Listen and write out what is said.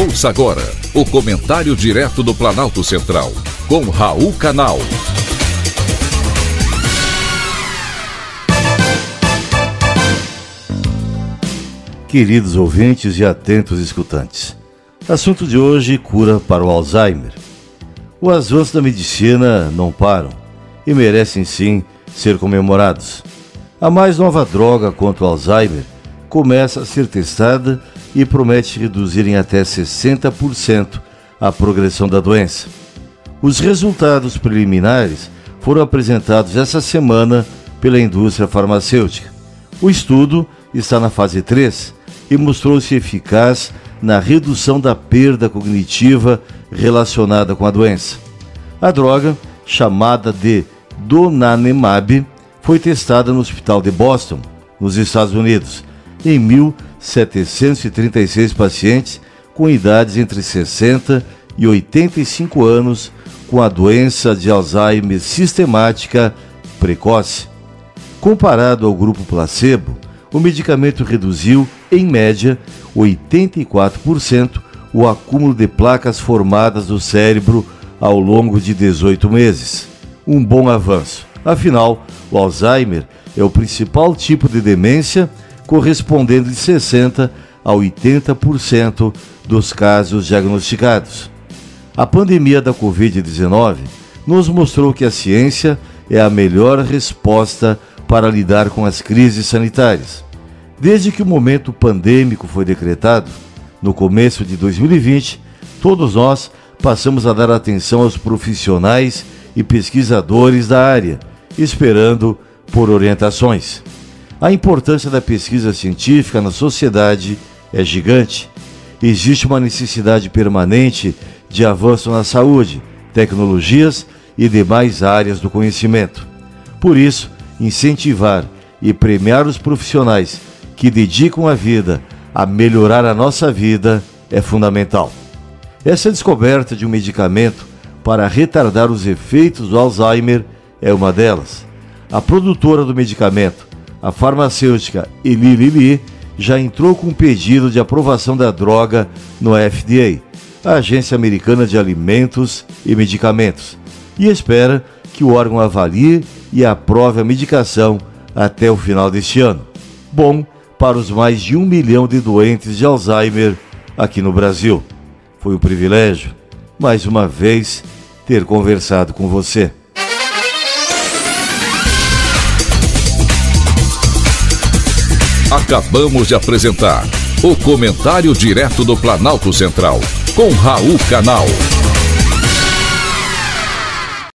Ouça agora o comentário direto do Planalto Central, com Raul Canal. Queridos ouvintes e atentos escutantes, assunto de hoje: cura para o Alzheimer. Os avanços da medicina não param e merecem sim ser comemorados. A mais nova droga contra o Alzheimer começa a ser testada e promete reduzir em até 60% a progressão da doença. Os resultados preliminares foram apresentados essa semana pela indústria farmacêutica. O estudo está na fase 3 e mostrou-se eficaz na redução da perda cognitiva relacionada com a doença. A droga, chamada de donanemab, foi testada no Hospital de Boston, nos Estados Unidos, em 1.736 pacientes com idades entre 60 e 85 anos com a doença de Alzheimer sistemática precoce. Comparado ao grupo placebo, o medicamento reduziu, em média, 84% o acúmulo de placas formadas no cérebro ao longo de 18 meses. Um bom avanço. Afinal, o Alzheimer é o principal tipo de demência, correspondendo de 60% a 80% dos casos diagnosticados. A pandemia da Covid-19 nos mostrou que a ciência é a melhor resposta para lidar com as crises sanitárias. Desde que o momento pandêmico foi decretado, no começo de 2020, todos nós passamos a dar atenção aos profissionais e pesquisadores da área, esperando por orientações. A importância da pesquisa científica na sociedade é gigante. Existe uma necessidade permanente de avanço na saúde, tecnologias e demais áreas do conhecimento. Por isso, incentivar e premiar os profissionais que dedicam a vida a melhorar a nossa vida é fundamental. Essa descoberta de um medicamento para retardar os efeitos do Alzheimer é uma delas. A produtora do medicamento, a farmacêutica Eli Lilly, já entrou com um pedido de aprovação da droga no FDA, a Agência Americana de Alimentos e Medicamentos, e espera que o órgão avalie e aprove a medicação até o final deste ano. Bom para os mais de 1 milhão de doentes de Alzheimer aqui no Brasil. Foi um privilégio, mais uma vez, ter conversado com você. Acabamos de apresentar o comentário direto do Planalto Central, com Raul Canal.